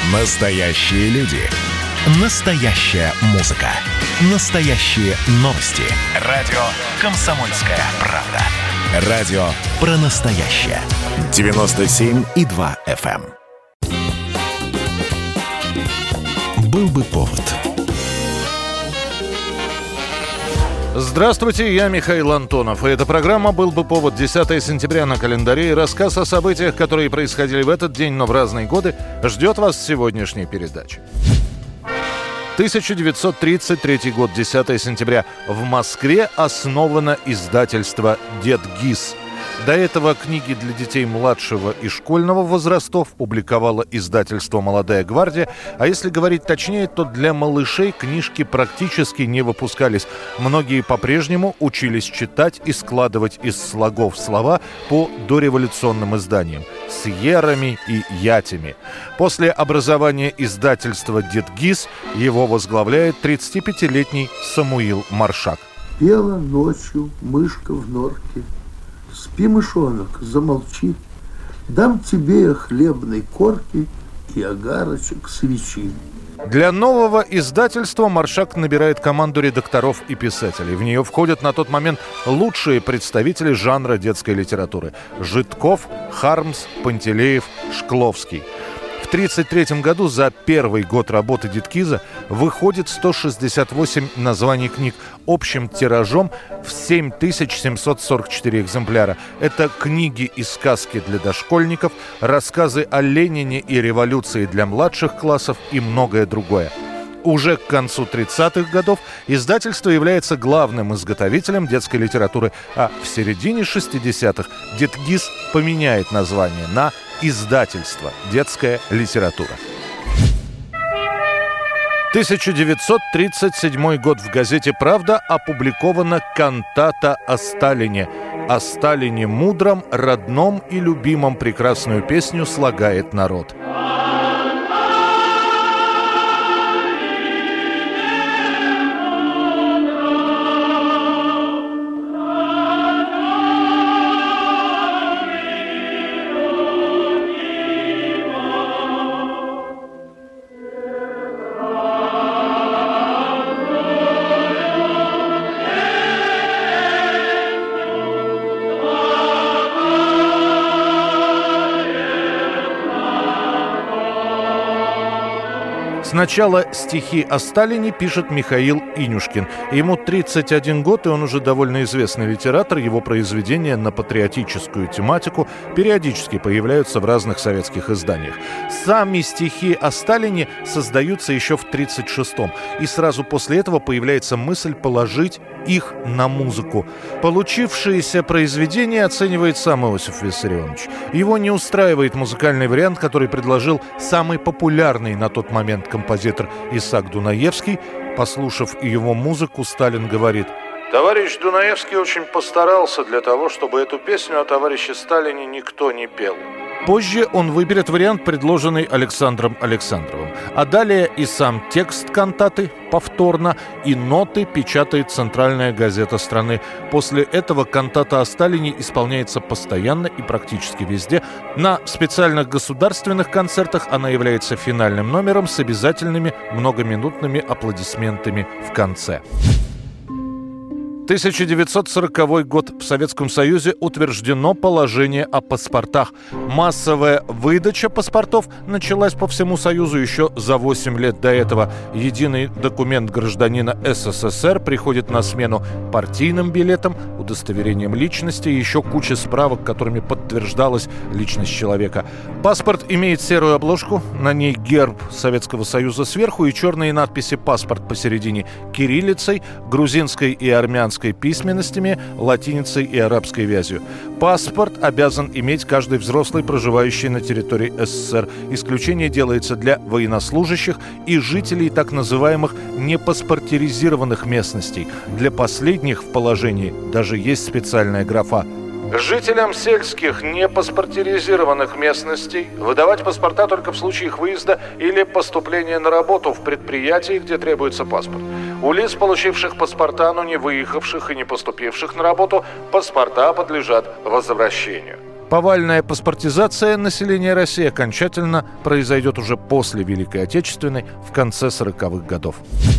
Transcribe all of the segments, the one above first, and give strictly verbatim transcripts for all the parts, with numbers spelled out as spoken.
Настоящие люди. Настоящая музыка. Настоящие новости. Радио «Комсомольская правда». Радио про настоящее. девяносто семь и два эф эм. Был бы повод. Здравствуйте, я Михаил Антонов. И эта программа «Был бы повод». десятое сентября на календаре. И рассказ о событиях, которые происходили в этот день, но в разные годы, ждет вас в сегодняшней передаче. тысяча девятьсот тридцать третий год, десятое сентября. В Москве основано издательство «Дед Гиз». До этого книги для детей младшего и школьного возрастов публиковало издательство «Молодая гвардия». А если говорить точнее, то для малышей книжки практически не выпускались. Многие по-прежнему учились читать и складывать из слогов слова по дореволюционным изданиям с ерами и ятями. После образования издательства «Дед Гиз» его возглавляет тридцатипятилетний Самуил Маршак. Пела ночью мышка в норке. Спи, мышонок, замолчи. Дам тебе хлебной корки и огарочек свечи. Для нового издательства Маршак набирает команду редакторов и писателей. В нее входят на тот момент лучшие представители жанра детской литературы: Житков, Хармс, Пантелеев, Шкловский. В тридцать третьем году за первый год работы Дедгиза выходит сто шестьдесят восемь названий книг общим тиражом в семь тысяч семьсот сорок четыре экземпляра. Это книги и сказки для дошкольников, рассказы о Ленине и революции для младших классов и многое другое. Уже к концу тридцатых годов издательство является главным изготовителем детской литературы, а в середине шестидесятых Дедгиз поменяет название на издательство «Детская литература». тысяча девятьсот тридцать седьмой год. В газете «Правда» опубликована кантата о Сталине. О Сталине мудром, родном и любимом прекрасную песню слагает народ. Сначала стихи о Сталине пишет Михаил Инюшкин. Ему тридцать один год, и он уже довольно известный литератор. Его произведения на патриотическую тематику периодически появляются в разных советских изданиях. Сами стихи о Сталине создаются еще в тридцать шестом. И сразу после этого появляется мысль положить их на музыку. Получившееся произведение оценивает сам Иосиф Виссарионович. Его не устраивает музыкальный вариант, который предложил самый популярный на тот момент композитор Исаак Дунаевский. Послушав его музыку, Сталин говорит: «Товарищ Дунаевский очень постарался для того, чтобы эту песню о товарище Сталине никто не пел». Позже он выберет вариант, предложенный Александром Александровым. А далее и сам текст кантаты повторно, и ноты печатает центральная газета страны. После этого кантата о Сталине исполняется постоянно и практически везде. На специальных государственных концертах она является финальным номером с обязательными многоминутными аплодисментами в конце. тысяча девятьсот сороковой год. В Советском Союзе утверждено положение о паспортах. Массовая выдача паспортов началась по всему Союзу еще за восемь лет до этого. Единый документ гражданина эс эс эс эр приходит на смену партийным билетам, удостоверением личности и еще куча справок, которыми подтверждалась личность человека. Паспорт имеет серую обложку, на ней герб Советского Союза сверху и черные надписи «Паспорт» посередине кириллицей, грузинской и армянской письменностями, латиницей и арабской вязью. Паспорт обязан иметь каждый взрослый, проживающий на территории эс эс эс эр. Исключение делается для военнослужащих и жителей так называемых непаспортизированных местностей. Для последних в положении даже есть специальная графа. Жителям сельских непаспортизированных местностей выдавать паспорта только в случае их выезда или поступления на работу в предприятии, где требуется паспорт. У лиц, получивших паспорта, но не выехавших и не поступивших на работу, паспорта подлежат возвращению. Повальная паспортизация населения России окончательно произойдет уже после Великой Отечественной в конце сороковых годов.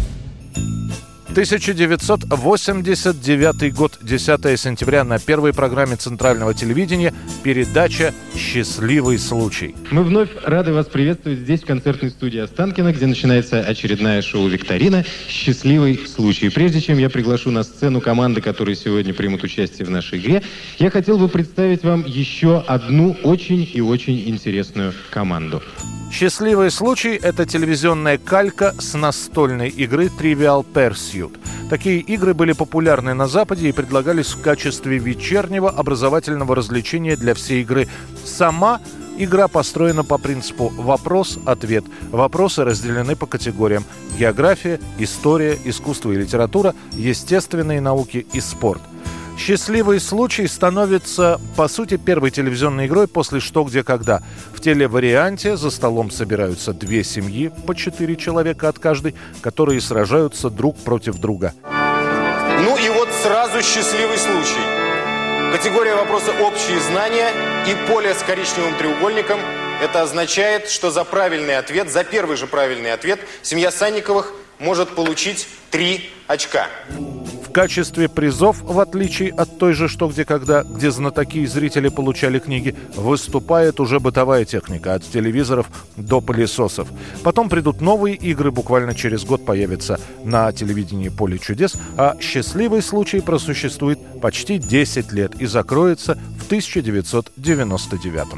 тысяча девятьсот восемьдесят девятый год, десятое сентября, на первой программе Центрального телевидения передача «Счастливый случай». Мы вновь рады вас приветствовать здесь, в концертной студии Останкино, где начинается очередная шоу-викторина «Счастливый случай». Прежде чем я приглашу на сцену команды, которые сегодня примут участие в нашей игре, я хотел бы представить вам еще одну очень и очень интересную команду. «Счастливый случай» — это телевизионная калька с настольной игры Trivial Pursuit. Такие игры были популярны на Западе и предлагались в качестве вечернего образовательного развлечения для всей игры. Сама игра построена по принципу «вопрос-ответ». Вопросы разделены по категориям: география, история, искусство и литература, естественные науки и спорт. «Счастливый случай» становится, по сути, первой телевизионной игрой после «Что, где, когда». В телеварианте за столом собираются две семьи, по четыре человека от каждой, которые сражаются друг против друга. Ну и вот сразу счастливый случай. Категория вопроса «Общие знания» и поле с коричневым треугольником. Это означает, что за правильный ответ, за первый же правильный ответ, семья Санниковых может получить три очка. В качестве призов, в отличие от той же «Что, где, когда», где знатоки и зрители получали книги, выступает уже бытовая техника, от телевизоров до пылесосов. Потом придут новые игры, буквально через год появятся на телевидении «Поле чудес», а «Счастливый случай» просуществует почти десять лет и закроется в тысяча девятьсот девяносто девятом.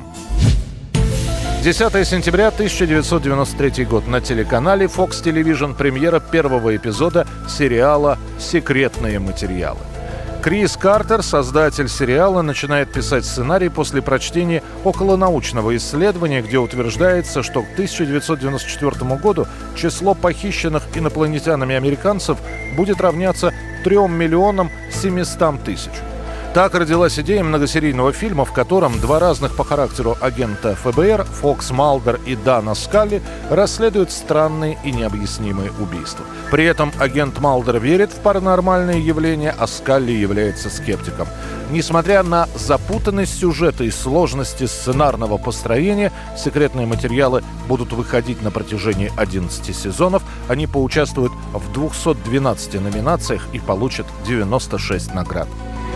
десятое сентября тысяча девятьсот девяносто третий год. На телеканале Fox Television премьера первого эпизода сериала «Секретные материалы». Крис Картер, создатель сериала, начинает писать сценарий после прочтения околонаучного исследования, где утверждается, что к тысяча девятьсот девяносто четвёртому году число похищенных инопланетянами американцев будет равняться трем миллионам семистам тысяч. Так родилась идея многосерийного фильма, в котором два разных по характеру агента эф бэ эр, Фокс Малдер и Дана Скалли, расследуют странные и необъяснимые убийства. При этом агент Малдер верит в паранормальные явления, а Скалли является скептиком. Несмотря на запутанность сюжета и сложности сценарного построения, секретные материалы будут выходить на протяжении одиннадцати сезонов. Они поучаствуют в двухстах двенадцати номинациях и получат девяносто шесть наград.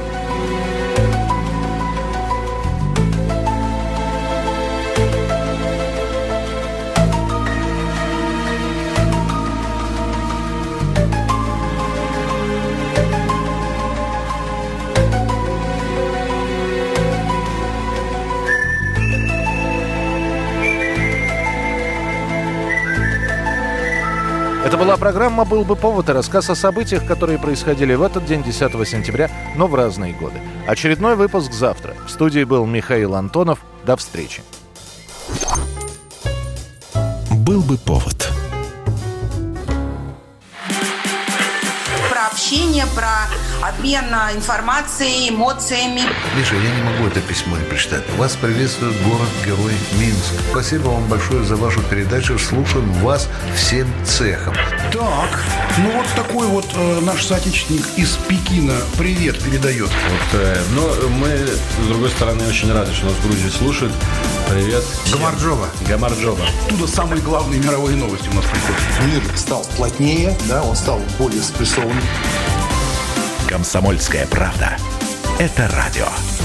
Это была программа «Был бы повод» и рассказ о событиях, которые происходили в этот день, десятого сентября, но в разные годы. Очередной выпуск завтра. В студии был Михаил Антонов. До встречи. «Был бы повод». Про общение, про обмен информацией, эмоциями. Миша, я не могу это письмо не прочитать. Вас приветствует город-герой Минск. Спасибо вам большое за вашу передачу. Слушаем вас всем цехом. Так, ну вот такой вот э, наш соотечественник из Пекина привет передает. Вот, э, но мы, с другой стороны, очень рады, что нас в Грузии слушают. Привет. Гамарджоба. Гамарджоба. Оттуда самые главные мировые новости у нас приходят. Мир стал плотнее, да, он стал более спрессованным. «Комсомольская правда» — это радио.